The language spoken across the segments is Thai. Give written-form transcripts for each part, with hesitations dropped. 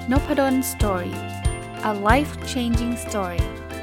Nopadon Story. A life-changing story.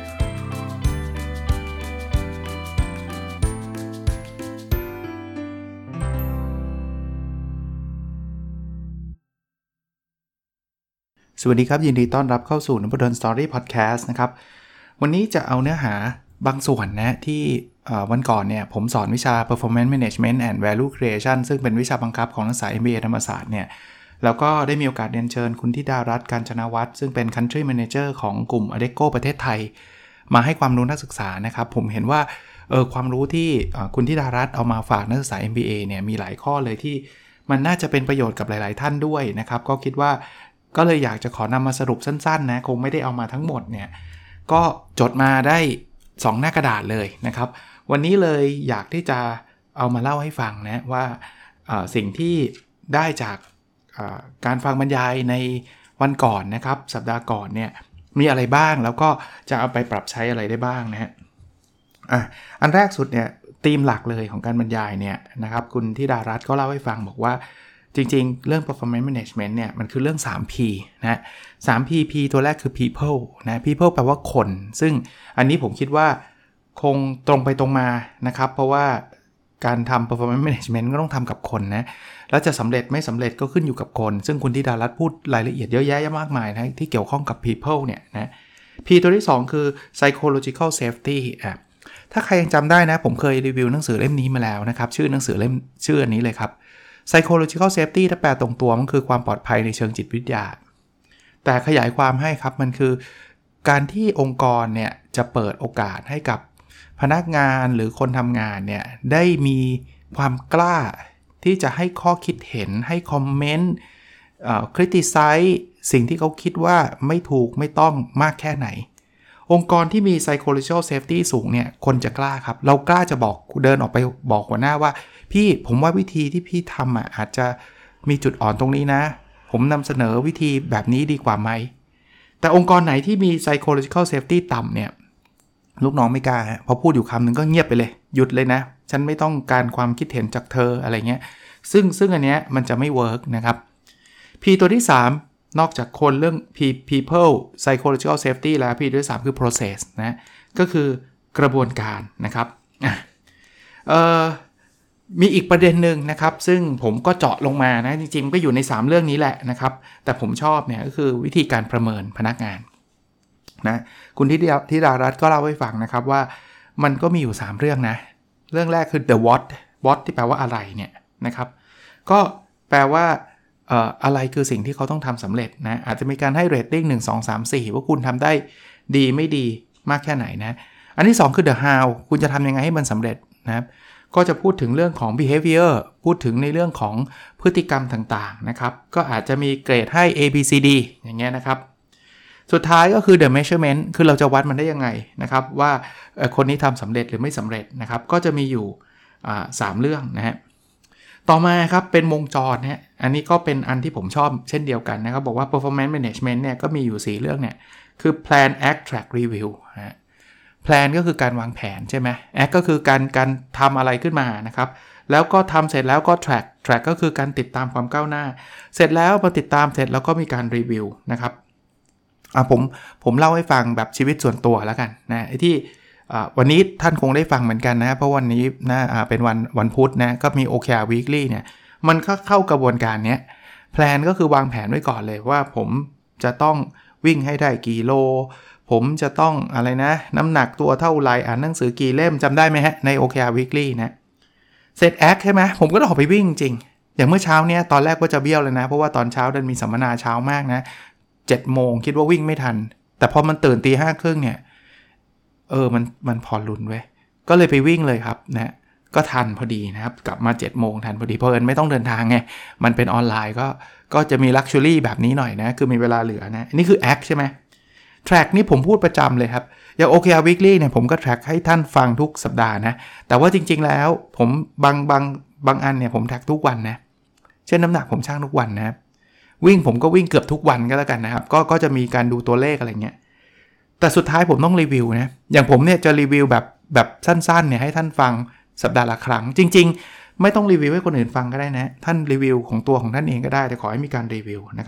สวัสดีครับยินดีต้อนรับเข้าสู่ Nopadon Story Podcast นะครับวันนี้จะเอาเนื้อหาบางส่วนนะที่วันก่อนเนี่ยผมสอนวิชา Performance Management and Value Creation ซึ่งเป็นวิชาบังคับของนักศึกษา MBA ธรรมศาสตร์เนี่ยแล้วก็ได้มีโอกาสเรียนเชิญคุณธิดารัตน์ กาญจนวัฒน์ซึ่งเป็น Country Manager ของกลุ่ม Adecco ประเทศไทยมาให้ความรู้นักศึกษานะครับผมเห็นว่าความรู้ที่คุณธิดารัตน์เอามาฝากนักศึกษา MBA เนี่ยมีหลายข้อเลยที่มันน่าจะเป็นประโยชน์กับหลายๆท่านด้วยนะครับก็คิดว่าก็เลยอยากจะขอนำมาสรุปสั้นๆนะคงไม่ได้เอามาทั้งหมดเนี่ยก็จดมาได้2หน้ากระดาษเลยนะครับวันนี้เลยอยากที่จะเอามาเล่าให้ฟังนะว่าสิ่งที่ได้จากการฟังบรรยายในวันก่อนนะครับสัปดาห์ก่อนเนี่ยมีอะไรบ้างแล้วก็จะเอาไปปรับใช้อะไรได้บ้างนะฮะอันแรกสุดเนี่ยธีมหลักเลยของการบรรยายเนี่ยนะครับคุณธิดารัตน์ก็เล่าให้ฟังบอกว่าจริงๆเรื่อง performance management เนี่ยมันคือเรื่อง 3P นะ 3P P ตัวแรกคือ people นะ people แปลว่าคนซึ่งอันนี้ผมคิดว่าคงตรงไปตรงมานะครับเพราะว่าการทำ performance management ก็ต้องทำกับคนนะแล้วจะสำเร็จไม่สำเร็จก็ขึ้นอยู่กับคนซึ่งคุณธิดารัตน์พูดรายละเอียดเยอะแยะมากมายนะที่เกี่ยวข้องกับ people เนี่ยนะ P ตัวที่2คือ psychological safety ถ้าใครยังจำได้นะผมเคยรีวิวหนังสือเล่มนี้มาแล้วนะครับชื่อหนังสือเล่มชื่ออันนี้เลยครับpsychological safety ถ้าแปลตรงตัวมันคือความปลอดภัยในเชิงจิตวิทยาแต่ขยายความให้ครับมันคือการที่องค์กรเนี่ยจะเปิดโอกาสให้กับพนักงานหรือคนทำงานเนี่ยได้มีความกล้าที่จะให้ข้อคิดเห็นให้คอมเมนต์criticize สิ่งที่เขาคิดว่าไม่ถูกไม่ต้องมากแค่ไหนองค์กรที่มี psychological safety สูงเนี่ยคนจะกล้าครับเรากล้าจะบอกเดินออกไปบอกหัวหน้าว่าพี่ผมว่าวิธีที่พี่ทำอาจจะมีจุดอ่อนตรงนี้นะผมนำเสนอวิธีแบบนี้ดีกว่าไหมแต่องค์กรไหนที่มี psychological safety ต่ำเนี่ยลูกน้องไม่กล้าพอพูดอยู่คำนึงก็เงียบไปเลยหยุดเลยนะฉันไม่ต้องการความคิดเห็นจากเธออะไรเงี้ยซึ่งอันเนี้ยมันจะไม่เวิร์กนะครับ P ตัวที่3นอกจากคนเรื่อง people psychological safety แล้ว P ตัวที่3คือ process นะก็คือกระบวนการนะครับมีอีกประเด็นหนึ่งนะครับซึ่งผมก็เจาะลงมานะจริงๆก็อยู่ใน3เรื่องนี้แหละนะครับแต่ผมชอบเนี่ยก็คือวิธีการประเมินพนักงานนะคุณธิดารัตน์ก็เล่าให้ฟังนะครับว่ามันก็มีอยู่3เรื่องนะเรื่องแรกคือ the what ที่แปลว่าอะไรเนี่ยนะครับก็แปลว่าอะไรคือสิ่งที่เขาต้องทำสำเร็จนะอาจจะมีการให้เรตติ้ง1 2 3 4ว่าคุณทำได้ดีไม่ดีมากแค่ไหนนะอันที่2คือ the how คุณจะทำยังไงให้มันสำเร็จนะครับก็จะพูดถึงเรื่องของ behavior พูดถึงในเรื่องของพฤติกรรมต่างๆนะครับก็อาจจะมีเกรดให้ A B C D อย่างเงี้ยนะครับสุดท้ายก็คือ the measurement คือเราจะวัดมันได้ยังไงนะครับว่าคนนี้ทำสำเร็จหรือไม่สำเร็จนะครับก็จะมีอยู่3เรื่องนะฮะต่อมาครับเป็นวงจรนะอันนี้ก็เป็นอันที่ผมชอบเช่นเดียวกันนะครับบอกว่า performance management เนี่ยก็มีอยู่4เรื่องเนี่ยคือ plan act track review นะ plan ก็คือการวางแผนใช่ไหม act ก็คือการทำอะไรขึ้นมานะครับแล้วก็ทำเสร็จแล้วก็ track ก็คือการติดตามความก้าวหน้าเสร็จแล้วพอติดตามเสร็จแล้วก็มีการรีวิวนะครับผมเล่าให้ฟังแบบชีวิตส่วนตัวแล้วกันนะที่วันนี้ท่านคงได้ฟังเหมือนกันนะเพราะวันนี้นะเป็นวันพุธนะก็มี OKR Weekly เนี่ยมันก็เข้ากระบวนการนี้แพลนก็คือวางแผนไว้ก่อนเลยว่าผมจะต้องวิ่งให้ได้กี่โลผมจะต้องอะไรนะน้ำหนักตัวเท่าไหร่อ่านหนังสือกี่เล่มจำได้ไหมฮะใน OKR Weekly นะเสร็จแอคใช่ไหมผมก็ต้องออกไปวิ่งจริงอย่างเมื่อเช้าเนี้ยตอนแรกก็จะเบี้ยวเลยนะเพราะว่าตอนเช้าดันมีสัมมนาเช้ามากนะ7 โมงคิดว่าวิ่งไม่ทันแต่พอมันตื่น 5:30 เนี่ยมันพอลุ้นเว้ยก็เลยไปวิ่งเลยครับนะก็ทันพอดีนะครับกลับมา 7 โมงทันพอดีเพราะไม่ต้องเดินทางไงมันเป็นออนไลน์ก็จะมีลักชัวรี่แบบนี้หน่อยนะคือมีเวลาเหลือนะนี่คือแอคใช่ไหม track นี่ผมพูดประจำเลยครับอย่าง OKR Weekly เนี่ยผมก็ track ให้ท่านฟังทุกสัปดาห์นะแต่ว่าจริงๆแล้วผมบางอันเนี่ยผม track ทุกวันนะเช่นน้ำหนักผมชั่งทุกวันนะครับวิ่งผมก็วิ่งเกือบทุกวันก็แล้วกันนะครับก็จะมีการดูตัวเลขอะไรเงี้ยแต่สุดท้ายผมต้องรีวิวนะอย่างผมเนี่ยจะรีวิวแบบสั้นๆเนี่ยให้ท่านฟังสัปดาห์ละครั้งจริงๆไม่ต้องรีวิวให้คนอื่นฟังก็ได้นะท่านรีวิวของตัวของท่านเองก็ได้แต่ขอให้มีการรีวิวนะครับ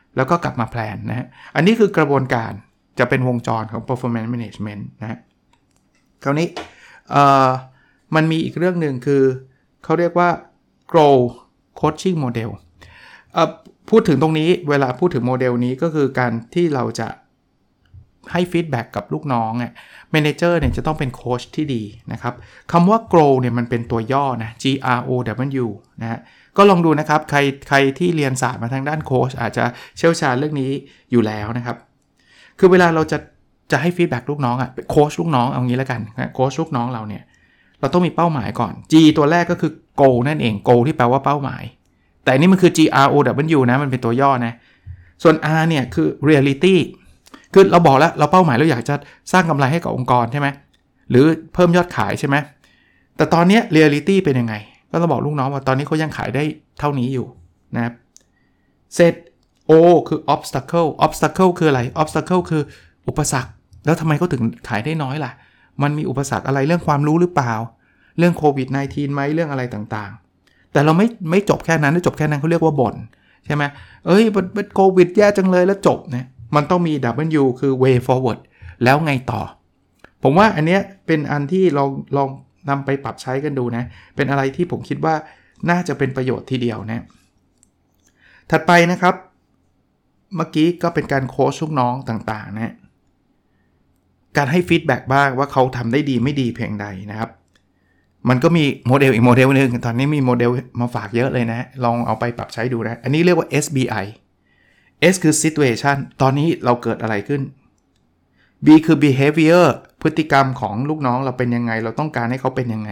แล้วก็กลับมาแพลนนะฮะอันนี้คือกระบวนการจะเป็นวงจรของ performance management นะฮะคราวนี้มันมีอีกเรื่องหนึ่งคือเขาเรียกว่า grow coaching model พูดถึงตรงนี้เวลาพูดถึงโมเดลนี้ก็คือการที่เราจะให้ฟีดแบ็กกับลูกน้องอ่ะเมเนเจอร์เนี่ยจะต้องเป็นโค้ชที่ดีนะครับคำว่า grow เนี่ยมันเป็นตัวย่อนะ G R O W นะฮะก็ลองดูนะครับใครที่เรียนศาสตร์มาทางด้านโค้ชอาจจะเชี่ยวชาญเรื่องนี้อยู่แล้วนะครับคือเวลาเราจะให้ฟีดแบ็กลูกน้องอ่ะโค้ชลูกน้องเอางี้แล้วกันนะโค้ชลูกน้องเราเนี่ยเราต้องมีเป้าหมายก่อน G ตัวแรกก็คือ goal นั่นเอง goal ที่แปลว่าเป้าหมายแต่นี่มันคือ G R O W นะมันเป็นตัวย่อนะส่วน R เนี่ยคือ reality คือเราบอกแล้วเราเป้าหมายเราอยากจะสร้างกำไรให้กับองค์กรใช่ไหมหรือเพิ่มยอดขายใช่ไหมแต่ตอนนี้ reality เป็นยังไงก็ต้องบอกลูกน้องว่าตอนนี้เขายังขายได้เท่านี้อยู่นะครับเสร็จ O คือ obstacle คืออะไร obstacle คืออุปสรรคแล้วทำไมเขาถึงขายได้น้อยล่ะมันมีอุปสรรคอะไรเรื่องความรู้หรือเปล่าเรื่องโควิด -19 ไหมเรื่องอะไรต่างๆแต่เราไม่จบแค่นั้นถ้าจบแค่นั้นเขาเรียกว่าบ่นใช่ไหมโควิดแย่จังเลยแล้วจบเนี่ยมันต้องมี W คือ way forward แล้วไงต่อผมว่าอันเนี้ยเป็นอันที่ลองนำไปปรับใช้กันดูนะเป็นอะไรที่ผมคิดว่าน่าจะเป็นประโยชน์ทีเดียวนะถัดไปนะครับเมื่อกี้ก็เป็นการโค้ชลูกน้องต่างๆนะการให้ฟีดแบ็กบ้างว่าเขาทำได้ดีไม่ดีเพียงใดนะครับมันก็มีโมเดลอีกโมเดลนึงตอนนี้มีโมเดลมาฝากเยอะเลยนะลองเอาไปปรับใช้ดูนะอันนี้เรียกว่า SBI S คือ situation ตอนนี้เราเกิดอะไรขึ้น B คือ behavior พฤติกรรมของลูกน้องเราเป็นยังไงเราต้องการให้เขาเป็นยังไง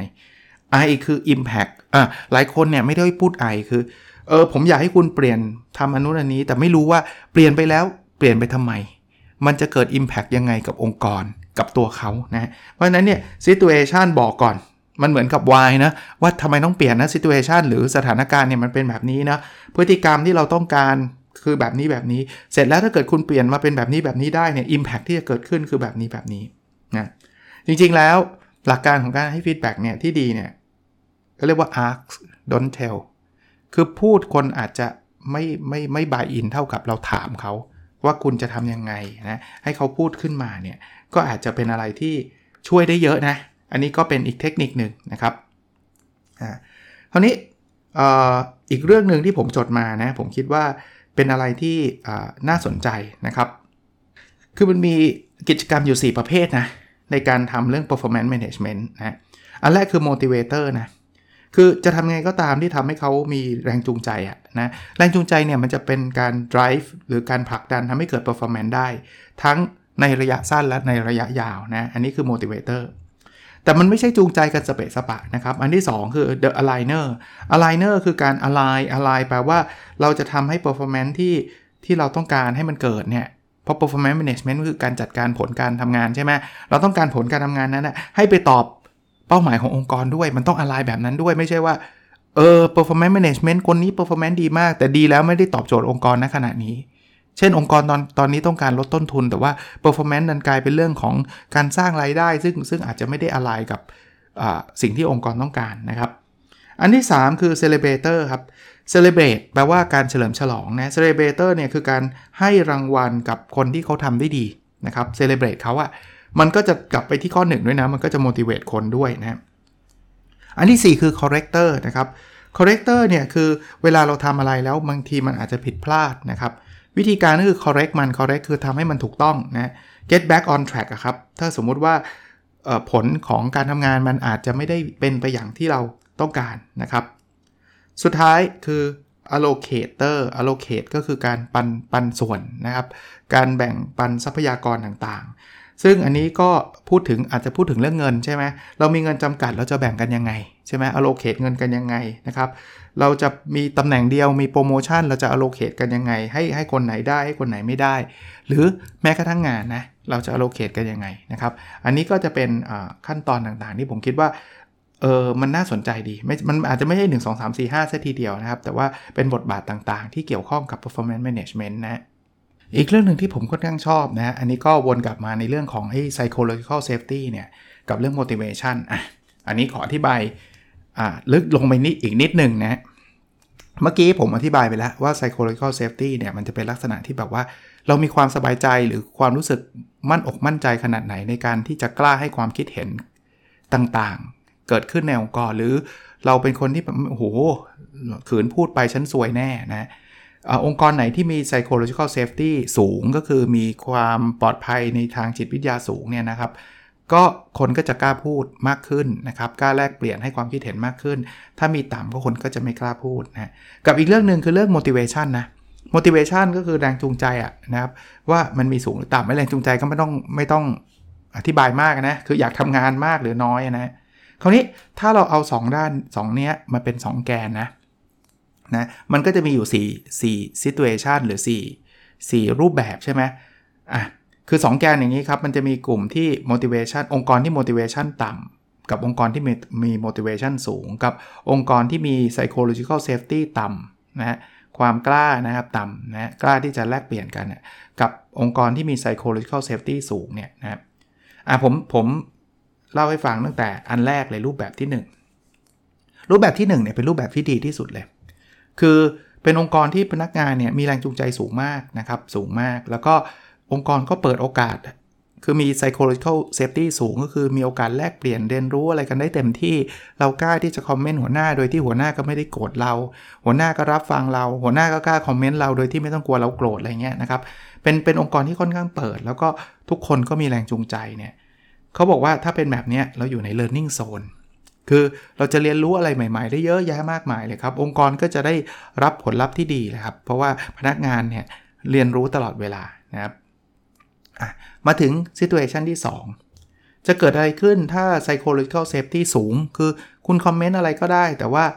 I คือ impact หลายคนเนี่ยไม่ได้พูด I คือผมอยากให้คุณเปลี่ยนทำอันนู้นอันนี้แต่ไม่รู้ว่าเปลี่ยนไปแล้วเปลี่ยนไปทำไมมันจะเกิด impact ยังไงกับองค์กรกับตัวเขานะเพราะฉะนั้นเนี่ย situation บอกก่อนมันเหมือนกับ why นะว่าทำไมต้องเปลี่ยนนะ situation หรือสถานการณ์เนี่ยมันเป็นแบบนี้นะพฤติกรรมที่เราต้องการคือแบบนี้เสร็จแล้วถ้าเกิดคุณเปลี่ยนมาเป็นแบบนี้ได้เนี่ย impact ที่จะเกิดขึ้นคือแบบนี้นะจริงๆแล้วหลักการของการให้ feedback เนี่ยที่ดีเนี่ยก็เรียกว่า ask don't tell คือพูดคนอาจจะไม่ buy in เท่ากับเราถามเขาว่าคุณจะทำยังไงนะให้เขาพูดขึ้นมาเนี่ยก็อาจจะเป็นอะไรที่ช่วยได้เยอะนะอันนี้ก็เป็นอีกเทคนิคหนึ่งนะครับคราวนี้อีกเรื่องนึงที่ผมจดมานะผมคิดว่าเป็นอะไรที่น่าสนใจนะครับคือมันมีกิจกรรมอยู่4ประเภทนะในการทำเรื่อง performance management นะอันแรกคือ motivator นะคือจะทำไงก็ตามที่ทำให้เขามีแรงจูงใจนะแรงจูงใจเนี่ยมันจะเป็นการ drive หรือการผลักดันทำให้เกิด performance ได้ทั้งในระยะสั้นและในระยะยาวนะอันนี้คือ motivator แต่มันไม่ใช่จูงใจกันสเปะสปะนะครับอันที่2คือ the aligner คือการ align แปลว่าเราจะทำให้ performance ที่เราต้องการให้มันเกิดเนี่ยเพราะ performance management คือการจัดการผลการทำงานใช่ไหมเราต้องการผลการทำงานนั้นนะให้ไปตอบเป้าหมายขององค์กรด้วยมันต้อง align แบบนั้นด้วยไม่ใช่ว่าperformance management คนนี้ performance ดีมากแต่ดีแล้วไม่ได้ตอบโจทย์องค์กรณขณะนี้เช่นองค์กรตอนนี้ต้องการลดต้นทุนแต่ว่า performance นั้นกลายเป็นเรื่องของการสร้างรายได้ซึ่งอาจจะไม่ได้alignกับสิ่งที่องค์กรต้องการนะครับอันที่3คือ celebrator ครับ celebrate แปลว่าการเฉลิมฉลองนะ celebrator เนี่ยคือการให้รางวัลกับคนที่เขาทำได้ดีนะครับ celebrate เขามันก็จะกลับไปที่ข้อ1ด้วยนะมันก็จะ motivate คนด้วยนะอันที่4คือ corrector นะครับ corrector เนี่ยคือเวลาเราทำอะไรแล้วบางทีมันอาจจะผิดพลาดนะครับวิธีการก็คือ correct คือทำให้มันถูกต้องนะ get back on track ครับถ้าสมมุติว่าผลของการทำงานมันอาจจะไม่ได้เป็นไปอย่างที่เราต้องการนะครับสุดท้ายคือ allocate ก็คือการปันส่วนนะครับการแบ่งปันทรัพยากรต่างๆซึ่งอันนี้ก็อาจจะพูดถึงเรื่องเงินใช่ไหมเรามีเงินจำกัดเราจะแบ่งกันยังไงใช่ไหม allocate เงินกันยังไงนะครับเราจะมีตำแหน่งเดียวมีโปรโมชั่นเราจะ allocate กันยังไงให้คนไหนได้ให้คนไหนไม่ได้หรือแม้กระทั่งงานนะเราจะ allocate กันยังไงนะครับอันนี้ก็จะเป็นขั้นตอนต่างๆที่ผมคิดว่ามันน่าสนใจดีมันอาจจะไม่ใช่1 2 3 4 5ซะทีเดียวนะครับแต่ว่าเป็นบทบาทต่างๆที่เกี่ยวข้องกับ performance management นะอีกเรื่องหนึ่งที่ผมค่อนข้างชอบนะอันนี้ก็วนกลับมาในเรื่องของpsychological safety เนี่ยกับเรื่อง motivation อันนี้ขออธิบายลึกลงไปอีกนิดนึงนะเมื่อกี้ผมอธิบายไปแล้วว่า psychological safety เนี่ยมันจะเป็นลักษณะที่แบบว่าเรามีความสบายใจหรือความรู้สึกมั่นอกมั่นใจขนาดไหนในการที่จะกล้าให้ความคิดเห็นต่างๆเกิดขึ้นในองค์กรหรือเราเป็นคนที่แบบโอ้โหขืนพูดไปฉันซวยแน่นะองค์กรไหนที่มี psychological safety สูงก็คือมีความปลอดภัยในทางจิตวิทยาสูงเนี่ยนะครับก็คนก็จะกล้าพูดมากขึ้นนะครับกล้าแลกเปลี่ยนให้ความคิดเห็นมากขึ้นถ้ามีต่ำก็คนก็จะไม่กล้าพูดนะกับอีกเรื่องนึงคือเรื่อง motivation นะ motivation ก็คือแรงจูงใจนะครับว่ามันมีสูงหรือต่ำแรงจูงใจก็ไม่ต้องอธิบายมากนะคืออยากทำงานมากหรือน้อยนะคราวนี้ถ้าเราเอา2ด้าน2เนี้ยมาเป็น2แกนนะมันก็จะมีอยู่4 situation หรือ4รูปแบบใช่ไหมคือ2แกนอย่างนี้ครับมันจะมีกลุ่มที่ motivation องค์กรที่ motivation ต่ำกับองค์กรที่มี motivation สูงกับองค์กรที่มี psychological safety ต่ำนะความกล้านะครับต่ำนะกล้าที่จะแลกเปลี่ยนกันกับองค์กรที่มี psychological safety สูงเนี่ยนะครับผมเล่าให้ฟังตั้งแต่อันแรกเลยรูปแบบที่1รูปแบบที่1เนี่ยเป็นรูปแบบที่ดีที่สุดเลยคือเป็นองค์กรที่พนักงานเนี่ยมีแรงจูงใจสูงมากนะครับสูงมากแล้วก็องค์กรก็เปิดโอกาสคือมี psychological safety สูงก็คือมีโอกาสแลกเปลี่ยนเรียนรู้อะไรกันได้เต็มที่เรากล้าที่จะคอมเมนต์หัวหน้าโดยที่หัวหน้าก็ไม่ได้โกรธเราหัวหน้าก็รับฟังเราหัวหน้าก็กล้าคอมเมนต์เราโดยที่ไม่ต้องกลัวเราโกรธอะไรเงี้ยนะครับเป็นองค์กรที่ค่อนข้างเปิดแล้วก็ทุกคนก็มีแรงจูงใจเนี่ยเขาบอกว่าถ้าเป็นแบบนี้เราอยู่ใน learning zone คือเราจะเรียนรู้อะไรใหม่ๆได้เยอะแยะมากมายเลยครับองค์กรก็จะได้รับผลลัพธ์ที่ดีเลยครับเพราะว่าพนักงานเนี่ยเรียนรู้ตลอดเวลานะครับมาถึง situation ที่2จะเกิดอะไรขึ้นถ้า psychological safety สูงคือคุณคอมเมนต์อะไรก็ได้แต่ว่า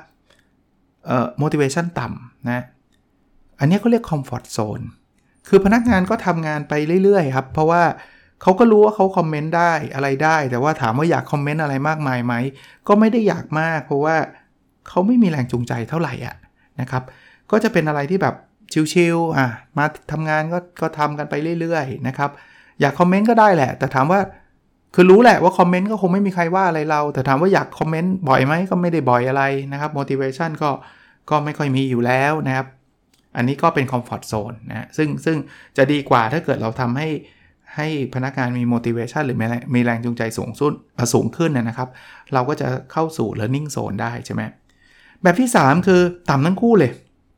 motivation ต่ำนะอันนี้เขาเรียก comfort zone คือพนักงานก็ทำงานไปเรื่อยๆครับเพราะว่าเขาก็รู้ว่าเขาคอมเมนต์ได้อะไรได้แต่ว่าถามว่าอยากคอมเมนต์อะไรมากมายไหมก็ไม่ได้อยากมากเพราะว่าเขาไม่มีแรงจูงใจเท่าไหร่นะครับก็จะเป็นอะไรที่แบบชิลๆมาทำงานก็ทำกันไปเรื่อยๆนะครับอยากคอมเมนต์ก็ได้แหละแต่ถามว่าคือรู้แหละว่าคอมเมนต์ก็คงไม่มีใครว่าอะไรเราแต่ถามว่าอยากคอมเมนต์บ่อยไหมก็ไม่ได้บ่อยอะไรนะครับ motivation ก็ไม่ค่อยมีอยู่แล้วนะครับอันนี้ก็เป็น comfort zone นะซึ่งจะดีกว่าถ้าเกิดเราทำให้พนักงานมี motivation หรือมีแรงจูงใจสูงขึ้นนะครับเราก็จะเข้าสู่ learning zone ได้ใช่ไหมแบบที่3คือต่ำทั้งคู่เลย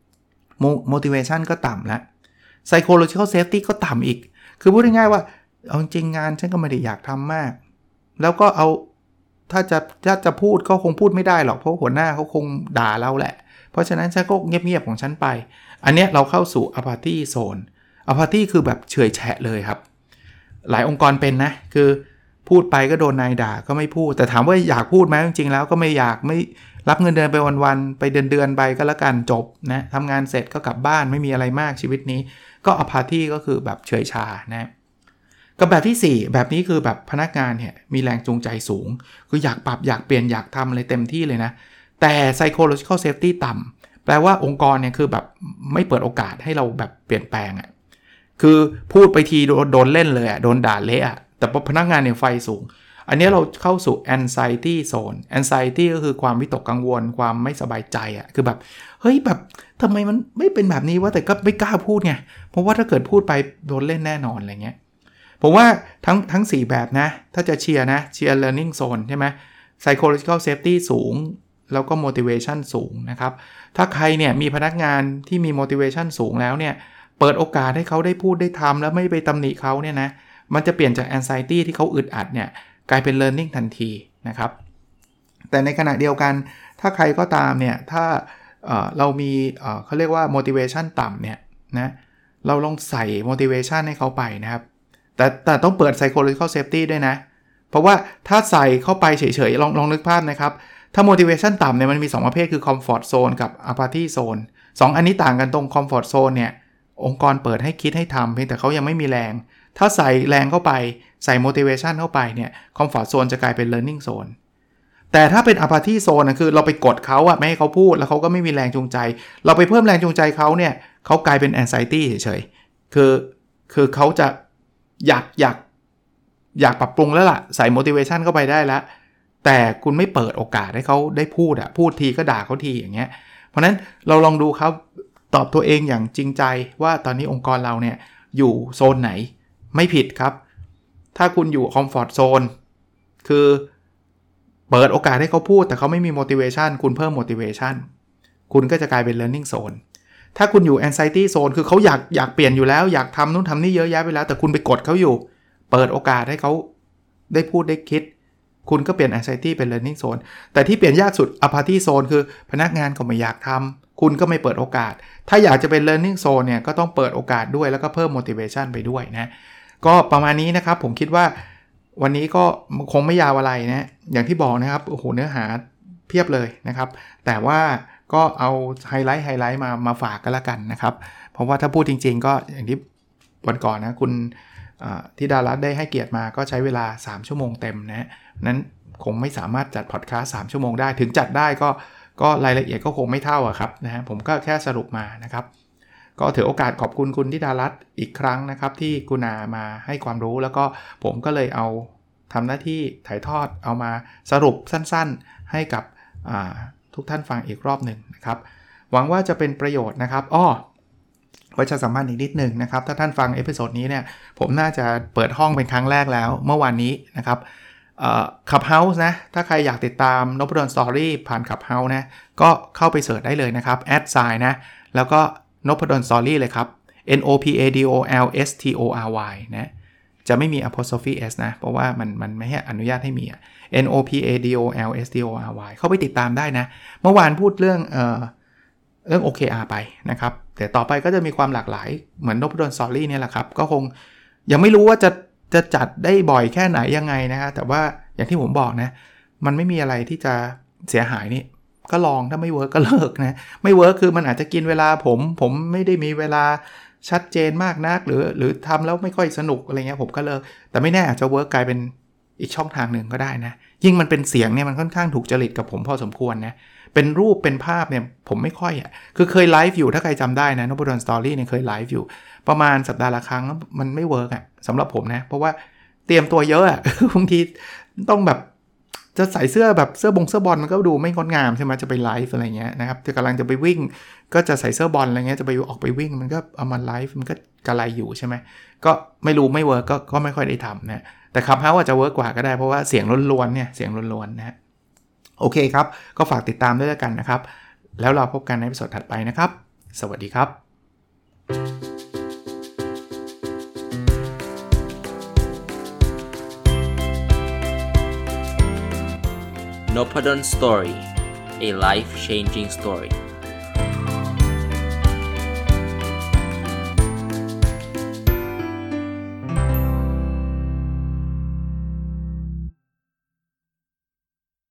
motivation ก็ต่ำแล้ว psychological safety ก็ต่ำอีกคือพูดง่ายๆว่าเอาจริงงานฉันก็ไม่ได้อยากทำมากแล้วก็เอาถ้าจะพูดก็คงพูดไม่ได้หรอกเพราะหัวหน้าเขาคงด่าเราแหละเพราะฉะนั้นฉันก็เงียบๆของฉันไปอันเนี้ยเราเข้าสู่ apathy zone apathy คือแบบเฉยแฉะเลยครับหลายองค์กรเป็นนะคือพูดไปก็โดนนายด่าก็ไม่พูดแต่ถามว่าอยากพูดไหมจริงๆแล้วก็ไม่อยากไม่รับเงินเดือนไปวันๆไปเดือนไปก็แล้วกันจบนะทำงานเสร็จก็กลับบ้านไม่มีอะไรมากชีวิตนี้ก็apathyก็คือแบบเฉยชานะกับแบบที่4แบบนี้คือแบบพนักงานเนี่ยมีแรงจูงใจสูงคืออยากปรับอยากเปลี่ยนอยากทำอะไรเต็มที่เลยนะแต่ psychological safety ต่ำแปลว่าองค์กรเนี่ยคือแบบไม่เปิดโอกาสให้เราแบบเปลี่ยนแปลงคือพูดไปทีโดนเล่นเลยโดนด่าเละแต่พนักงานเนี่ยไฟสูงอันนี้เราเข้าสู่ anxiety zone anxiety ก็คือความวิตกกังวลความไม่สบายใจคือแบบเฮ้ยแบบทำไมมันไม่เป็นแบบนี้วะแต่ก็ไม่กล้าพูดไงเพราะว่าถ้าเกิดพูดไปโดนเล่นแน่นอนอะไรเงี้ยผมว่าทั้ง4แบบนะถ้าจะเชียร์ learning zone ใช่ไหม psychological safety สูงแล้วก็ motivation สูงนะครับถ้าใครเนี่ยมีพนักงานที่มี motivation สูงแล้วเนี่ยเปิดโอกาสให้เขาได้พูดได้ทำแล้วไม่ไปตำหนิเขาเนี่ยนะมันจะเปลี่ยนจาก anxiety ที่เขาอึดอัดเนี่ยกลายเป็น learning ทันทีนะครับแต่ในขณะเดียวกันถ้าใครก็ตามเนี่ยถ้าเรามีเขาเรียกว่า motivation ต่ำเนี่ยนะเราลองใส่ motivation ให้เขาไปนะครับแต่ต้องเปิด psychological safety ด้วยนะเพราะว่าถ้าใส่เข้าไปเฉยๆลองนึกภาพนะครับถ้า motivation ต่ำเนี่ยมันมี2ประเภทคือ comfort zone กับ apathy zone 2อันนี้ต่างกันตรง comfort zone เนี่ยองค์กรเปิดให้คิดให้ทำเพียงแต่เขายังไม่มีแรงถ้าใส่แรงเข้าไปใส่ motivation เข้าไปเนี่ย comfort zone จะกลายเป็น learning zone แต่ถ้าเป็น apathy zone คือเราไปกดเขาไม่ให้เขาพูดแล้วเขาก็ไม่มีแรงจูงใจเราไปเพิ่มแรงจูงใจเขาเนี่ยเขากลายเป็น anxiety เฉยๆคือเขาจะอยากปรับปรุงแล้วล่ะใส่ motivation เข้าไปได้แล้วแต่คุณไม่เปิดโอกาสให้เขาได้พูดทีก็ด่าเขาทีอย่างเงี้ยเพราะนั้นเราลองดูครับตอบตัวเองอย่างจริงใจว่าตอนนี้องค์กรเราเนี่ยอยู่โซนไหนไม่ผิดครับถ้าคุณอยู่คอมฟอร์ตโซนคือเปิดโอกาสให้เขาพูดแต่เขาไม่มี motivation คุณเพิ่ม motivation คุณก็จะกลายเป็น learning zone ถ้าคุณอยู่ anxiety zone คือเขาอยากเปลี่ยนอยู่แล้วอยากทำนู่นทำนี่เยอะแยะไปแล้วแต่คุณไปกดเขาอยู่เปิดโอกาสให้เขาได้พูดได้คิดคุณก็เปลี่ยน anxiety เป็น learning zone แต่ที่เปลี่ยนยากสุด apathy zone คือพนักงานก็ไม่อยากทำคุณก็ไม่เปิดโอกาสถ้าอยากจะเป็น learning zone เนี่ยก็ต้องเปิดโอกาสด้วยแล้วก็เพิ่ม motivation ไปด้วยนะก็ประมาณนี้นะครับผมคิดว่าวันนี้ก็คงไม่ยาวอะไรนะอย่างที่บอกนะครับโอ้โหเนื้อหาเพียบเลยนะครับแต่ว่าก็เอาไฮไลท์มาฝากกันละกันนะครับเพราะว่าถ้าพูดจริงๆก็อย่างที่วันก่อนนะคุณที่ดารัตได้ให้เกียรติมาก็ใช้เวลา3ชั่วโมงเต็มนะนั้นคงไม่สามารถจัดพอดคาสต์3ชั่วโมงได้ถึงจัดได้ก็รายละเอียดก็คงไม่เท่าอะครับนะฮะผมก็แค่สรุปมานะครับก็ถือโอกาสขอบคุณคุณธิดารัตน์อีกครั้งนะครับที่กุณามาให้ความรู้แล้วก็ผมก็เลยเอาทำหน้าที่ถ่ายทอดเอามาสรุปสั้นๆให้กับทุกท่านฟังอีกรอบหนึ่งนะครับหวังว่าจะเป็นประโยชน์นะครับประชาสัมพันธ์อีกนิดนึงนะครับถ้าท่านฟังเอพิโซดนี้เนี่ยผมน่าจะเปิดห้องเป็นครั้งแรกแล้วเมื่อวานนี้นะครับClubhouse นะถ้าใครอยากติดตามนพดล Story ผ่าน Clubhouse นะก็เข้าไปเสิร์ชได้เลยนะครับ @sign นะแล้วก็นพดล Story เลยครับ NOPADOLSTORY นะจะไม่มี apostrophe s นะเพราะว่ามันไม่ให้อนุญาตให้มีNOPADOLSTORY เข้าไปติดตามได้นะเมื่อวานพูดเรื่องOKR ไปนะครับแต่ต่อไปก็จะมีความหลากหลายเหมือนนพดล Story เนี่ยแหละครับก็คงยังไม่รู้ว่าจะจัดได้บ่อยแค่ไหนยังไงนะฮะแต่ว่าอย่างที่ผมบอกนะมันไม่มีอะไรที่จะเสียหายนี่ก็ลองถ้าไม่เวิร์กก็เลิกนะไม่เวิร์กคือมันอาจจะกินเวลาผมไม่ได้มีเวลาชัดเจนมากนักหรือทำแล้วไม่ค่อยสนุกอะไรเงี้ยผมก็เลิกแต่ไม่แน่อาจจะเวิร์กกลายเป็นอีกช่องทางหนึ่งก็ได้นะยิ่งมันเป็นเสียงเนี่ยมันค่อนข้างถูกจริตกับผมพอสมควรนะเป็นรูปเป็นภาพเนี่ยผมไม่ค่อยคือเคยไลฟ์อยู่ถ้าใครจำได้นะนพดล Story เนี่ยเคยไลฟ์อยู่ประมาณสัปดาห์ละครั้งมันไม่เวิร์กสำหรับผมนะเพราะว่าเตรียมตัวเยอะบางทีต้องแบบจะใส่เสื้อแบบเสื้อบอลมันก็ดูไม่งดงามใช่ไหมจะไปไลฟ์อะไรเงี้ยนะครับจะกำลังจะไปวิ่งก็จะใส่เสื้อบอลอะไรเงี้ยจะไปออกไปวิ่งมันก็เอามาไลฟ์มันก็กระไรอยู่ใช่ไหมก็ไม่รู้ไม่เวิร์กก็ไม่ค่อยได้ทำนะแต่Clubhouseอาจจะเวิร์กกว่าก็ได้เพราะว่าเสียงล้วนๆเนี่ยเสียงล้วนๆนะโอเคครับก็ฝากติดตามด้วยแล้วกันนะครับแล้วเราพบกันในตอนถัดไปนะครับสวัสดีครับ Noppadan Story, a life-changing story.